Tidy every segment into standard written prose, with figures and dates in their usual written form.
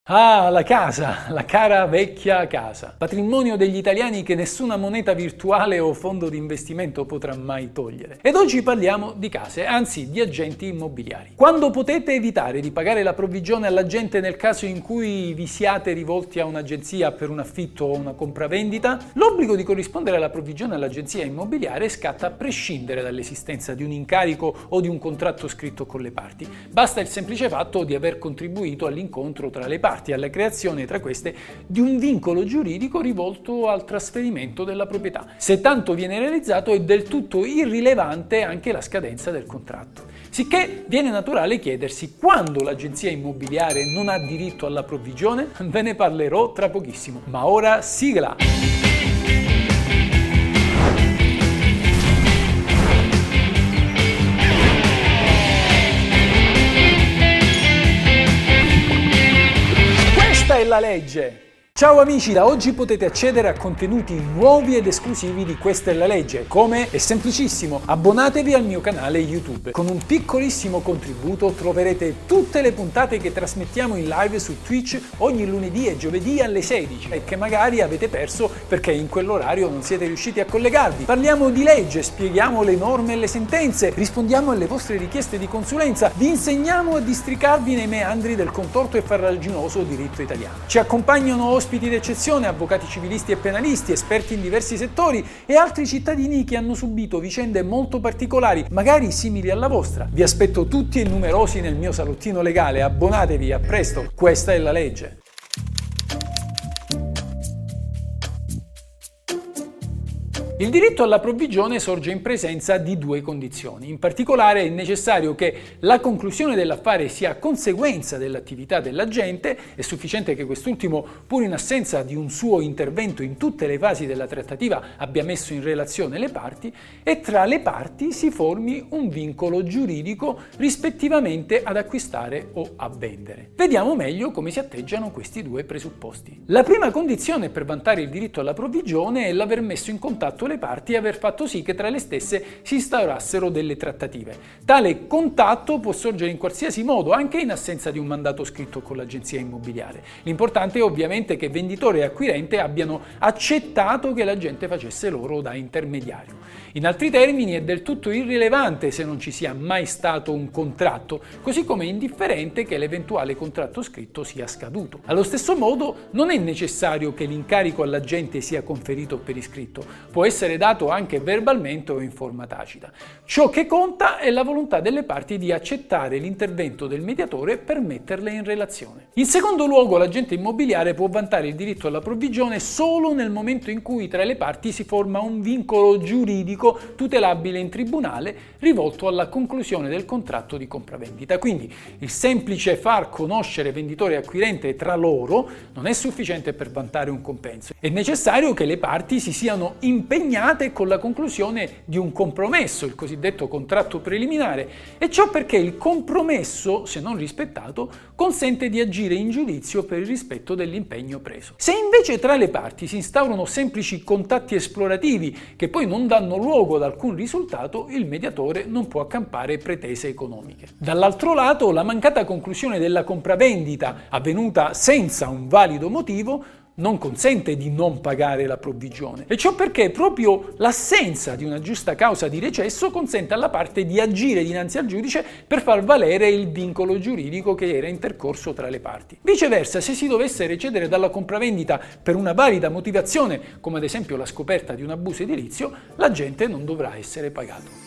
Ah, la casa, la cara vecchia casa, patrimonio degli italiani che nessuna moneta virtuale o fondo di investimento potrà mai togliere. Ed oggi parliamo di case, anzi di agenti immobiliari. Quando potete evitare di pagare la provvigione all'agente nel caso in cui vi siate rivolti a un'agenzia per un affitto o una compravendita, l'obbligo di corrispondere alla provvigione all'agenzia immobiliare scatta a prescindere dall'esistenza di un incarico o di un contratto scritto con le parti. Basta il semplice fatto di aver contribuito all'incontro tra le parti, alla creazione tra queste di un vincolo giuridico rivolto al trasferimento della proprietà. Se tanto viene realizzato, è del tutto irrilevante anche la scadenza del contratto. Sicché viene naturale chiedersi quando l'agenzia immobiliare non ha diritto alla provvigione. Ve ne parlerò tra pochissimo, ma ora sigla! Questa è la legge! Ciao amici, da oggi potete accedere a contenuti nuovi ed esclusivi di Questa è la legge. Come? È semplicissimo, abbonatevi al mio canale YouTube. Con un piccolissimo contributo troverete tutte le puntate che trasmettiamo in live su Twitch ogni lunedì e giovedì alle 16 e che magari avete perso perché in quell'orario non siete riusciti a collegarvi. Parliamo di legge, spieghiamo le norme e le sentenze, rispondiamo alle vostre richieste di consulenza, vi insegniamo a districarvi nei meandri del contorto e farraginoso diritto italiano. Ci accompagnano ospiti d'eccezione, avvocati civilisti e penalisti, esperti in diversi settori e altri cittadini che hanno subito vicende molto particolari, magari simili alla vostra. Vi aspetto tutti e numerosi nel mio salottino legale, abbonatevi, a presto, questa è la legge. Il diritto alla provvigione sorge in presenza di due condizioni. In particolare è necessario che la conclusione dell'affare sia conseguenza dell'attività dell'agente, è sufficiente che quest'ultimo, pur in assenza di un suo intervento in tutte le fasi della trattativa, abbia messo in relazione le parti, e tra le parti si formi un vincolo giuridico rispettivamente ad acquistare o a vendere. Vediamo meglio come si atteggiano questi due presupposti. La prima condizione per vantare il diritto alla provvigione è l'aver messo in contatto le parti e aver fatto sì che tra le stesse si instaurassero delle trattative. Tale contatto può sorgere in qualsiasi modo, anche in assenza di un mandato scritto con l'agenzia immobiliare. L'importante è ovviamente che venditore e acquirente abbiano accettato che l'agente facesse loro da intermediario. In altri termini, è del tutto irrilevante se non ci sia mai stato un contratto, così come è indifferente che l'eventuale contratto scritto sia scaduto. Allo stesso modo, non è necessario che l'incarico all'agente sia conferito per iscritto, può essere dato anche verbalmente o in forma tacita. Ciò che conta è la volontà delle parti di accettare l'intervento del mediatore per metterle in relazione. In secondo luogo, l'agente immobiliare può vantare il diritto alla provvigione solo nel momento in cui tra le parti si forma un vincolo giuridico tutelabile in tribunale rivolto alla conclusione del contratto di compravendita. Quindi il semplice far conoscere venditore e acquirente tra loro non è sufficiente per vantare un compenso. È necessario che le parti si siano impegnate con la conclusione di un compromesso, il cosiddetto contratto preliminare, e ciò perché il compromesso, se non rispettato, consente di agire in giudizio per il rispetto dell'impegno preso. Se invece tra le parti si instaurano semplici contatti esplorativi che poi non danno luogo ad alcun risultato, il mediatore non può accampare pretese economiche. Dall'altro lato, la mancata conclusione della compravendita avvenuta senza un valido motivo non consente di non pagare la provvigione, e ciò perché proprio l'assenza di una giusta causa di recesso consente alla parte di agire dinanzi al giudice per far valere il vincolo giuridico che era intercorso tra le parti. Viceversa, se si dovesse recedere dalla compravendita per una valida motivazione, come ad esempio la scoperta di un abuso edilizio, l'agente non dovrà essere pagato.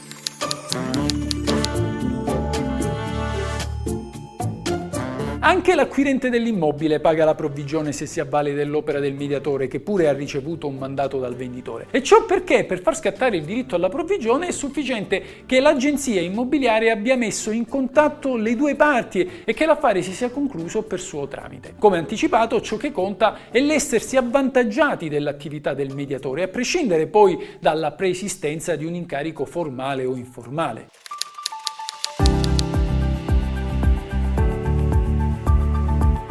Anche l'acquirente dell'immobile paga la provvigione se si avvale dell'opera del mediatore, che pure ha ricevuto un mandato dal venditore. E ciò perché per far scattare il diritto alla provvigione è sufficiente che l'agenzia immobiliare abbia messo in contatto le due parti e che l'affare si sia concluso per suo tramite. Come anticipato, ciò che conta è l'essersi avvantaggiati dell'attività del mediatore, a prescindere poi dalla preesistenza di un incarico formale o informale.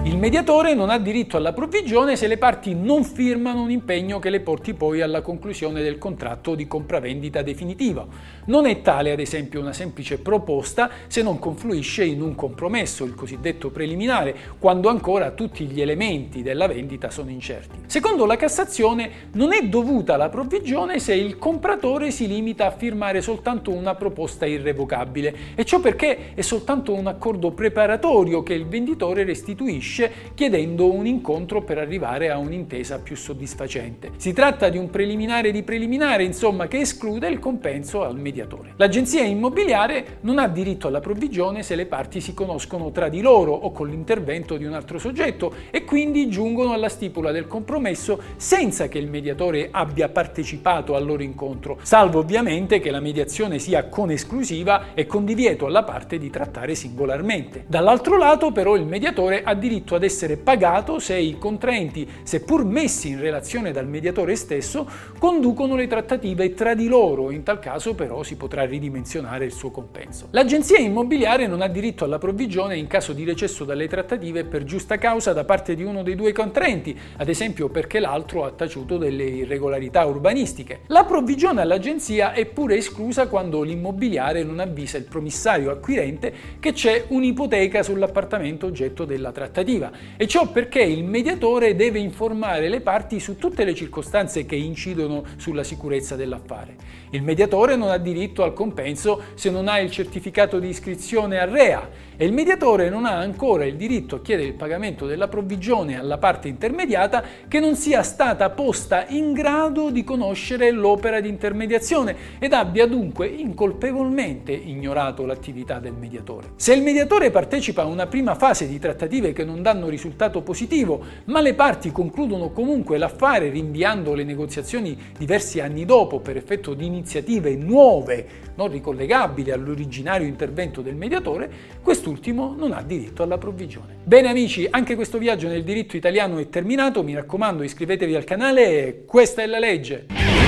Il mediatore non ha diritto alla provvigione se le parti non firmano un impegno che le porti poi alla conclusione del contratto di compravendita definitiva. Non è tale, ad esempio, una semplice proposta se non confluisce in un compromesso, il cosiddetto preliminare, quando ancora tutti gli elementi della vendita sono incerti. Secondo la Cassazione, non è dovuta la provvigione se il compratore si limita a firmare soltanto una proposta irrevocabile, e ciò perché è soltanto un accordo preparatorio che il venditore restituisce chiedendo un incontro per arrivare a un'intesa più soddisfacente. Si tratta di un preliminare di preliminare, insomma, che esclude il compenso al mediatore. L'agenzia immobiliare non ha diritto alla provvigione se le parti si conoscono tra di loro o con l'intervento di un altro soggetto e quindi giungono alla stipula del compromesso senza che il mediatore abbia partecipato al loro incontro, salvo ovviamente che la mediazione sia con esclusiva e con divieto alla parte di trattare singolarmente. Dall'altro lato, però, il mediatore ha diritto ad essere pagato se i contraenti, seppur messi in relazione dal mediatore stesso, conducono le trattative tra di loro. In tal caso però si potrà ridimensionare il suo compenso. L'agenzia immobiliare non ha diritto alla provvigione in caso di recesso dalle trattative per giusta causa da parte di uno dei due contraenti, ad esempio perché l'altro ha taciuto delle irregolarità urbanistiche. La provvigione all'agenzia è pure esclusa quando l'immobiliare non avvisa il promissario acquirente che c'è un'ipoteca sull'appartamento oggetto della trattativa, e ciò perché il mediatore deve informare le parti su tutte le circostanze che incidono sulla sicurezza dell'affare. Il mediatore non ha diritto al compenso se non ha il certificato di iscrizione a REA e il mediatore non ha ancora il diritto a chiedere il pagamento della provvigione alla parte intermediata che non sia stata posta in grado di conoscere l'opera di intermediazione ed abbia dunque incolpevolmente ignorato l'attività del mediatore. Se il mediatore partecipa a una prima fase di trattative che non danno risultato positivo, ma le parti concludono comunque l'affare rinviando le negoziazioni diversi anni dopo per effetto di iniziative nuove, non ricollegabili all'originario intervento del mediatore, quest'ultimo non ha diritto alla provvigione. Bene amici, anche questo viaggio nel diritto italiano è terminato, mi raccomando iscrivetevi al canale e questa è la legge!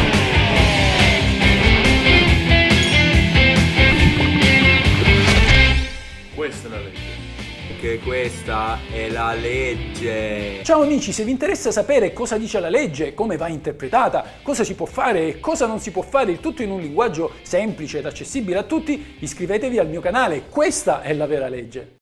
Questa è la legge. Che questa è la legge. Ciao amici, se vi interessa sapere cosa dice la legge, come va interpretata, cosa si può fare e cosa non si può fare, il tutto in un linguaggio semplice ed accessibile a tutti, iscrivetevi al mio canale, questa è la vera legge.